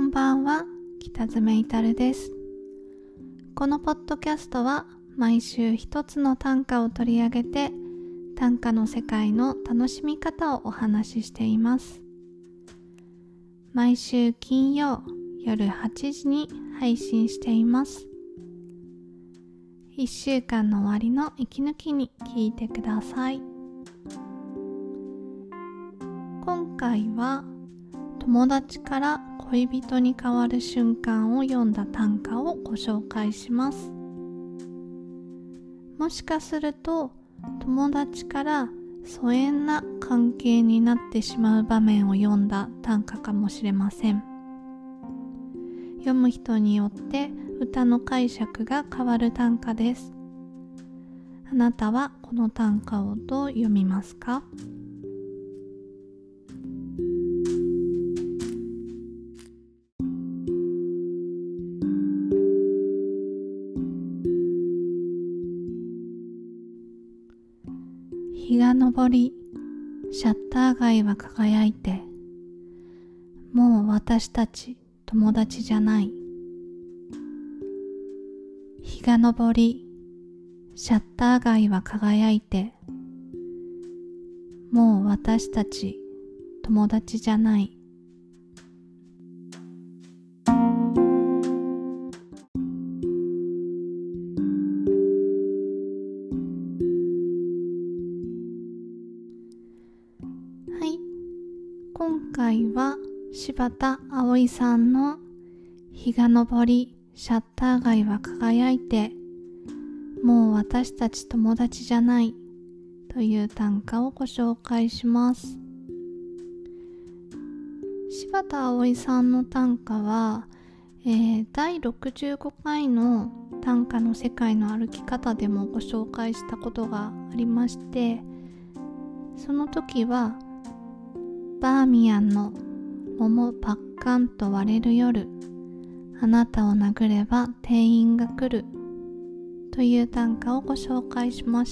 んばんは、北爪いたるです。このポッドキャストは毎週一つの短歌を取り上げて短歌の世界の楽しみ方をお話ししています。毎週金曜夜8時に配信しています。1週間の終わりの息抜きに聞いてください。今回は友達から恋人に変わる瞬間を読んだ短歌をご紹介します。もしかすると友達から疎遠な関係になってしまう場面を読んだ短歌かもしれません。読む人によって歌の解釈が変わる短歌です。あなたはこの短歌をどう読みますか？日が昇り、シャッター街は輝いて、もう私たち友達じゃない。日が昇り、シャッター街は輝いて、もう私たち友達じゃない。今回は柴田葵さんの日が昇り、シャッター街は輝いて、もう私たち友達じゃないという短歌をご紹介します。柴田葵さんの短歌は、第65回の短歌の世界の歩き方でもご紹介したことがありまして、その時はバーミヤンの桃パッカンと割れる夜、あなたを殴れば店員が来るという短歌をご紹介しました。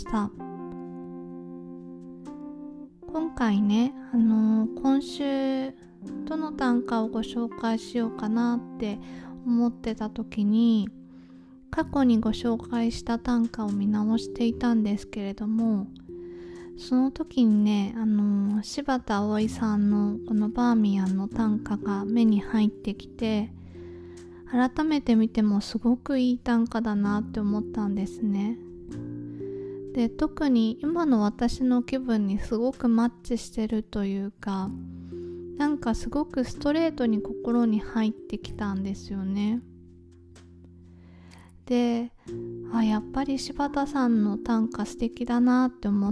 今回ね、今週どの短歌をご紹介しようかなって思ってた時に、過去にご紹介した短歌を見直していたんですけれども、その時にね、柴田葵さんのこのバーミヤンの短歌が目に入ってきて、改めて見てもすごくいい短歌だなって思ったんですね。で、特に今の私の気分にすごくマッチしてるというか、なんかすごくストレートに心に入ってきたんですよね。で、やっぱり柴田さんの短歌素敵だなって思って、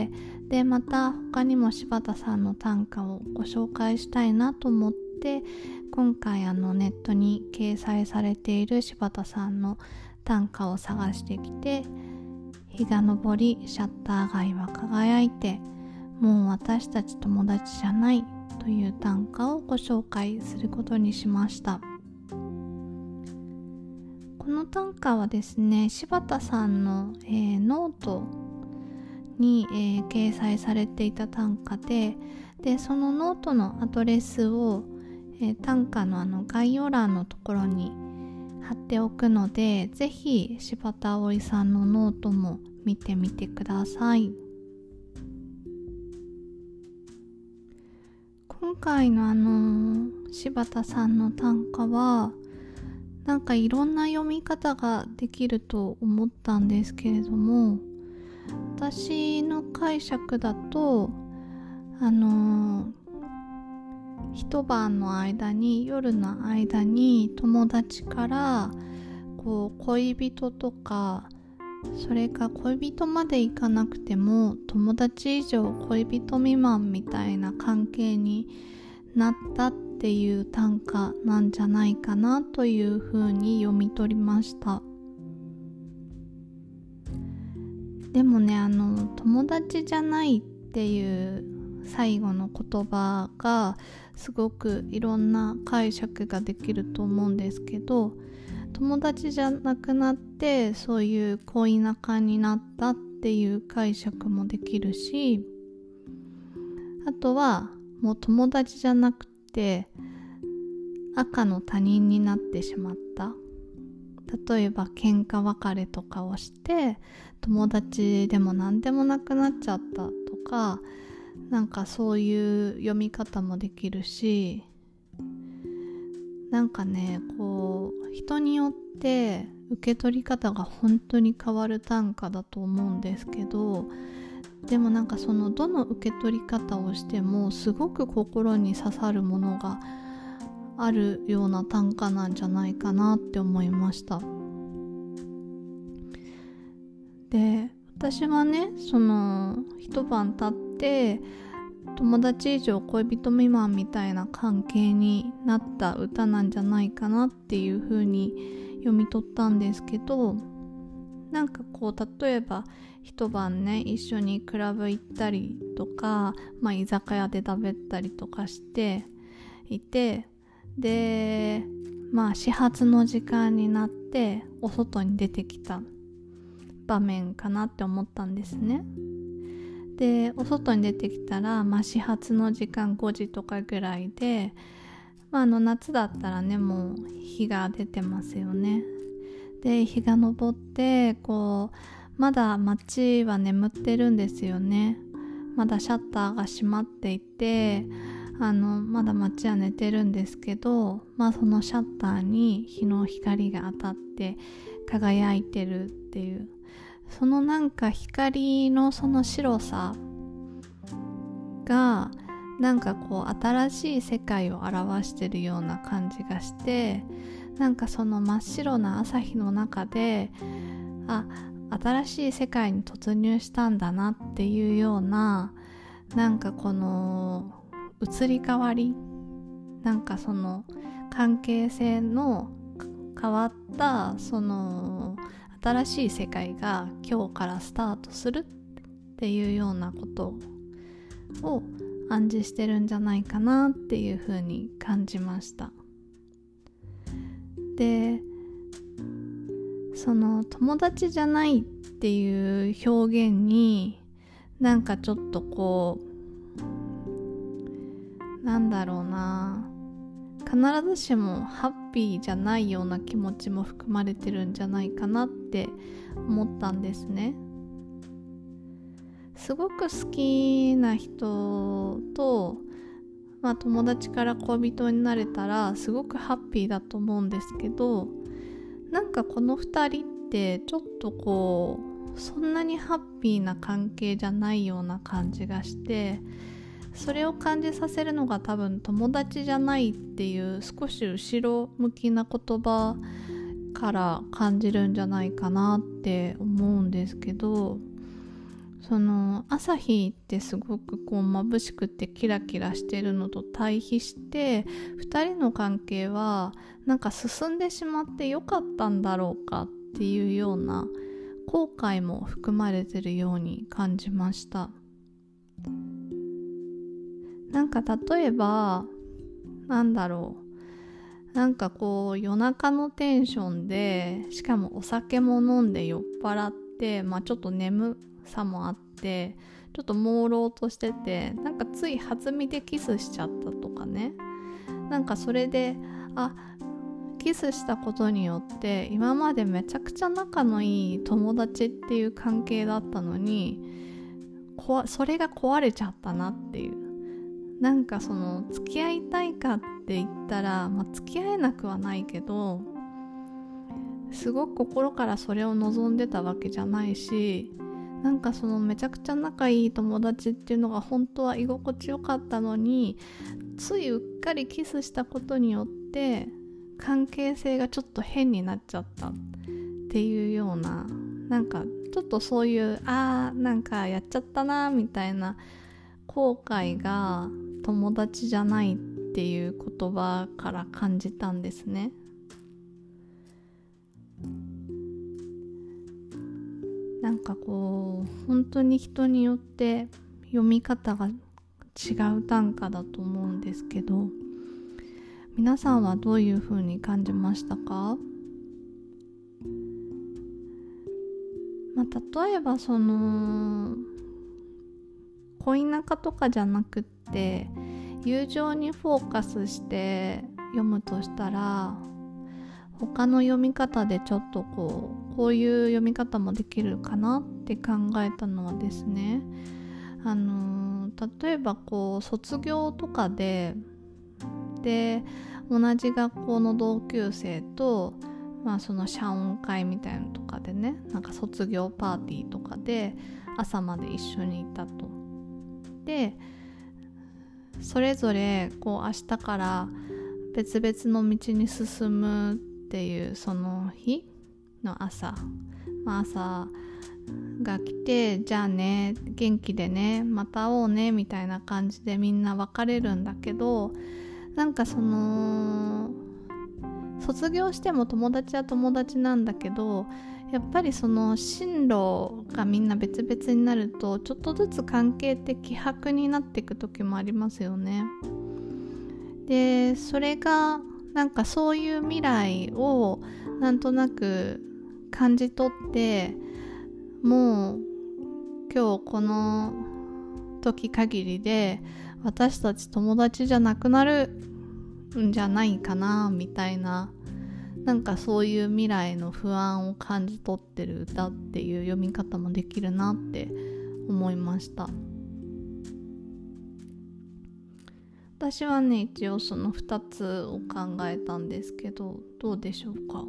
でまた他にも柴田さんの短歌をご紹介したいなと思って、今回ネットに掲載されている柴田さんの短歌を探してきて、日が昇りシャッター街は輝いて、もう私たち友達じゃないという短歌をご紹介することにしました。この短歌はですね、柴田さんの、ノートに、掲載されていた短歌で、そのノートのアドレスを、短歌の概要欄のところに貼っておくので、ぜひ柴田葵さんのノートも見てみてください。今回の柴田さんの短歌はなんかいろんな読み方ができると思ったんですけれども、私の解釈だと一晩の間に、夜の間に友達から恋人とか、それか恋人までいかなくても友達以上恋人未満みたいな関係になったっていう短歌なんじゃないかなというふうに読み取りました。でもね、友達じゃないっていう最後の言葉がすごくいろんな解釈ができると思うんですけど、友達じゃなくなってそういう恋仲になったっていう解釈もできるし、あとはもう友達じゃなくて赤の他人になってしまった。例えば喧嘩別れとかをして友達でも何でもなくなっちゃったとか、なんかそういう読み方もできるし、なんかね、こう人によって受け取り方が本当に変わる短歌だと思うんですけど、でもなんかそのどの受け取り方をしてもすごく心に刺さるものがあるような短歌なんじゃないかなって思いました。で、私はね、その一晩経って友達以上恋人未満みたいな関係になった歌なんじゃないかなっていう風に読み取ったんですけど、なんかこう例えば一晩ね一緒にクラブ行ったりとか、居酒屋で食べたりとかしていて、で始発の時間になってお外に出てきた場面かなって思ったんですね。でお外に出てきたら、始発の時間5時とかぐらいで、夏だったらねもう日が出てますよね。で日が昇ってこうまだ街は眠ってるんですよね。まだシャッターが閉まっていてまだ街は寝てるんですけど、そのシャッターに日の光が当たって輝いてるっていう、そのなんか光のその白さがなんかこう新しい世界を表してるような感じがして、なんかその真っ白な朝日の中で新しい世界に突入したんだなっていうような、なんかこの移り変わり、なんかその関係性の変わったその新しい世界が今日からスタートするっていうようなことを暗示してるんじゃないかなっていうふうに感じました。で、その友達じゃないっていう表現になんかちょっとこうなんだろうな、必ずしもハッピーじゃないような気持ちも含まれてるんじゃないかなって思ったんですね。すごく好きな人と、友達から恋人になれたらすごくハッピーだと思うんですけど、なんかこの2人ってちょっとこうそんなにハッピーな関係じゃないような感じがして、それを感じさせるのが多分友達じゃないっていう少し後ろ向きな言葉から感じるんじゃないかなって思うんですけど、その朝日ってすごくこう眩しくてキラキラしてるのと対比して、2人の関係はなんか進んでしまってよかったんだろうかっていうような後悔も含まれてるように感じました。なんか例えばなんかこう夜中のテンションで、しかもお酒も飲んで酔っ払って、ちょっと眠さもあってちょっと朦朧としてて、なんかつい弾みでキスしちゃったとかね、なんかそれでキスしたことによって今までめちゃくちゃ仲のいい友達っていう関係だったのにそれが壊れちゃったなっていう、なんかその付き合いたいかって言ったら、付き合えなくはないけど、すごく心からそれを望んでたわけじゃないし、なんかそのめちゃくちゃ仲いい友達っていうのが本当は居心地よかったのに、ついうっかりキスしたことによって関係性がちょっと変になっちゃったっていうような、なんかちょっとそういうなんかやっちゃったなみたいな後悔が友達じゃないっていう言葉から感じたんですね。なんかこう本当に人によって読み方が違う短歌だと思うんですけど、皆さんはどういう風に感じましたか？例えばその恋仲とかじゃなくって友情にフォーカスして読むとしたら、他の読み方でちょっとこういう読み方もできるかなって考えたのはですね、例えばこう卒業とかで同じ学校の同級生と、その謝恩会みたいなのとかでね、なんか卒業パーティーとかで朝まで一緒にいたと。でそれぞれこう明日から別々の道に進むっていうその日の朝、朝が来て、じゃあね、元気でね、また会おうねみたいな感じでみんな別れるんだけど、なんかその卒業しても友達は友達なんだけど、やっぱりその進路がみんな別々になるとちょっとずつ関係って希薄になっていく時もありますよね。でそれがなんかそういう未来をなんとなく感じ取って、もう今日この時限りで私たち友達じゃなくなるんじゃないかなみたいな、なんかそういう未来の不安を感じ取ってる歌っていう読み方もできるなって思いました。私はね、一応その2つを考えたんですけど、どうでしょうか。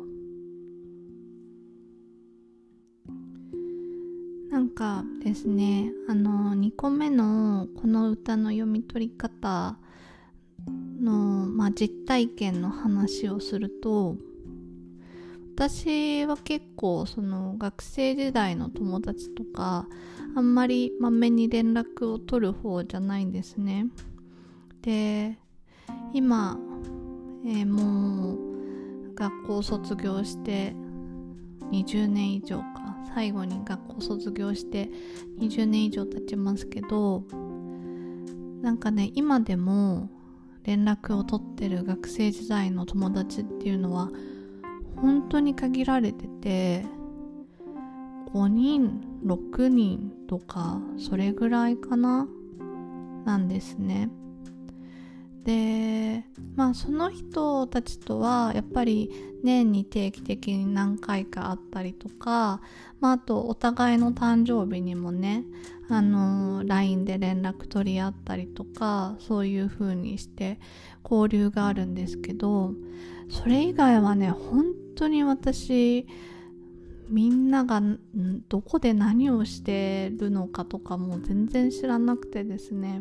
なんかですね、2個目のこの歌の読み取り方の、実体験の話をすると、私は結構その学生時代の友達とかあんまりまめに連絡を取る方じゃないんですね。で今、もう学校卒業して20年以上か、最後に学校卒業して20年以上経ちますけど、なんかね、今でも連絡を取ってる学生時代の友達っていうのは本当に限られてて、5人6人とかそれぐらいかななんですね。でその人たちとはやっぱり年に定期的に何回か会ったりとか、あとお互いの誕生日にもね、LINE で連絡取り合ったりとか、そういう風にして交流があるんですけど、それ以外はね、本当に私みんながどこで何をしてるのかとかも全然知らなくてですね、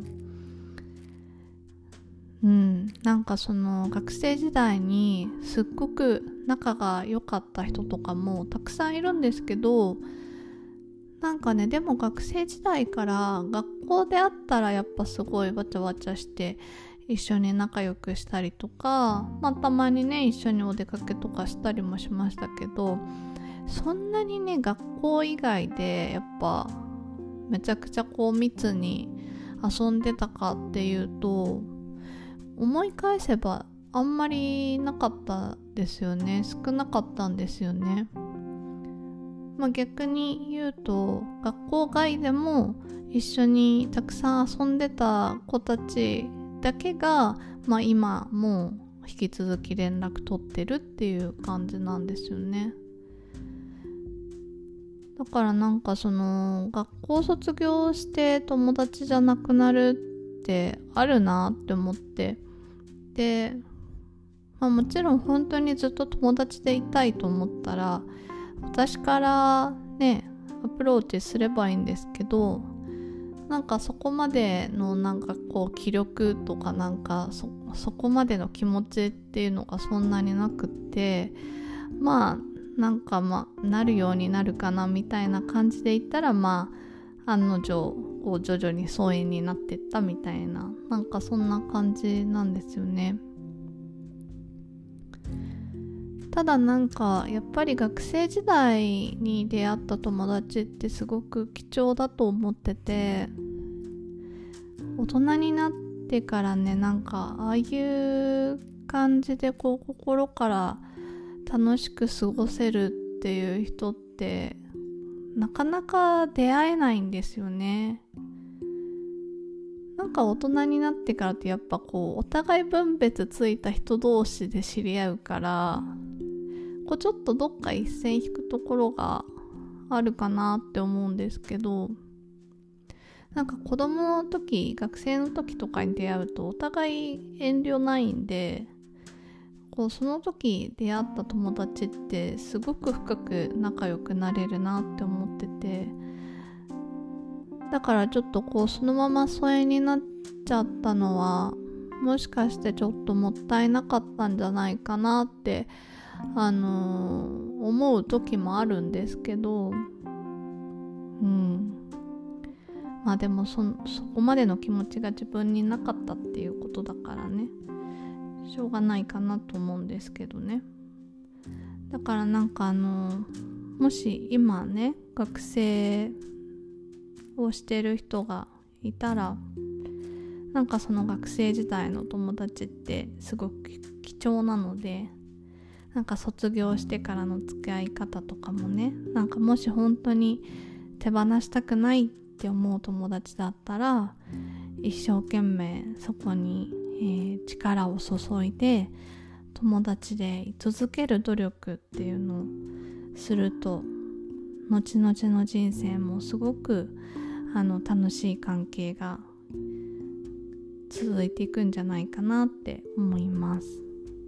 なんかその学生時代にすっごく仲が良かった人とかもたくさんいるんですけど、なんかね、でも学生時代から学校で会ったらやっぱすごいわちゃわちゃして一緒に仲良くしたりとか、たまにね一緒にお出かけとかしたりもしましたけど、そんなにね学校以外でやっぱめちゃくちゃこう密に遊んでたかっていうと、思い返せばあんまりなかったですよね。少なかったんですよね。逆に言うと、学校外でも一緒にたくさん遊んでた子たちだけが、今もう引き続き連絡取ってるっていう感じなんですよね。だからなんかその学校卒業して友達じゃなくなるってあるなって思って、で、もちろん本当にずっと友達でいたいと思ったら私からねアプローチすればいいんですけど、なんかそこまでのなんかこう気力とかなんかそこまでの気持ちっていうのがそんなになくって、なんかなるようになるかなみたいな感じで言ったら、案の定こう徐々に疎遠になってったみたいな、なんかそんな感じなんですよね。ただなんかやっぱり学生時代に出会った友達ってすごく貴重だと思ってて、大人になってからね、なんかああいう感じでこう心から楽しく過ごせるっていう人ってなかなか出会えないんですよね。ななんか大人になってからってやっぱこうお互い分別ついた人同士で知り合うから、こうちょっとどっか一線引くところがあるかなって思うんですけど、なんか子供の時、学生の時とかに出会うとお互い遠慮ないんで、こうその時出会った友達ってすごく深く仲良くなれるなって思ってて、だからちょっとこうそのまま疎遠になっちゃったのはもしかしてちょっともったいなかったんじゃないかなって思う時もあるんですけど、まあでもそこまでの気持ちが自分になかったっていうことだからね、しょうがないかなと思うんですけどね。だからなんかもし今ね学生をしてる人がいたら、なんかその学生時代の友達ってすごく貴重なので、なんか卒業してからの付き合い方とかもね、なんかもし本当に手放したくないって思う友達だったら、一生懸命そこに、力を注いで友達で居続ける努力っていうのをすると、後々の人生もすごく楽しい関係が続いていくんじゃないかなって思います。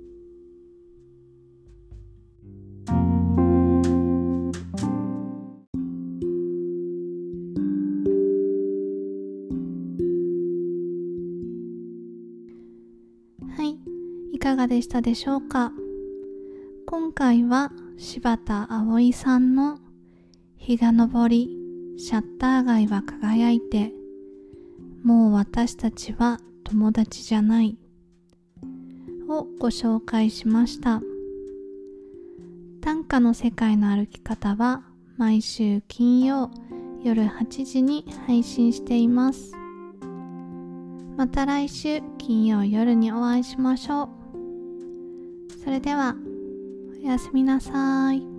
はい、いかがでしたでしょうか。今回は柴田葵さんの日が昇りシャッター街は輝いて、もう私たちは友達じゃないをご紹介しました。短歌の世界の歩き方は毎週金曜夜8時に配信しています。また来週金曜夜にお会いしましょう。それではおやすみなさい。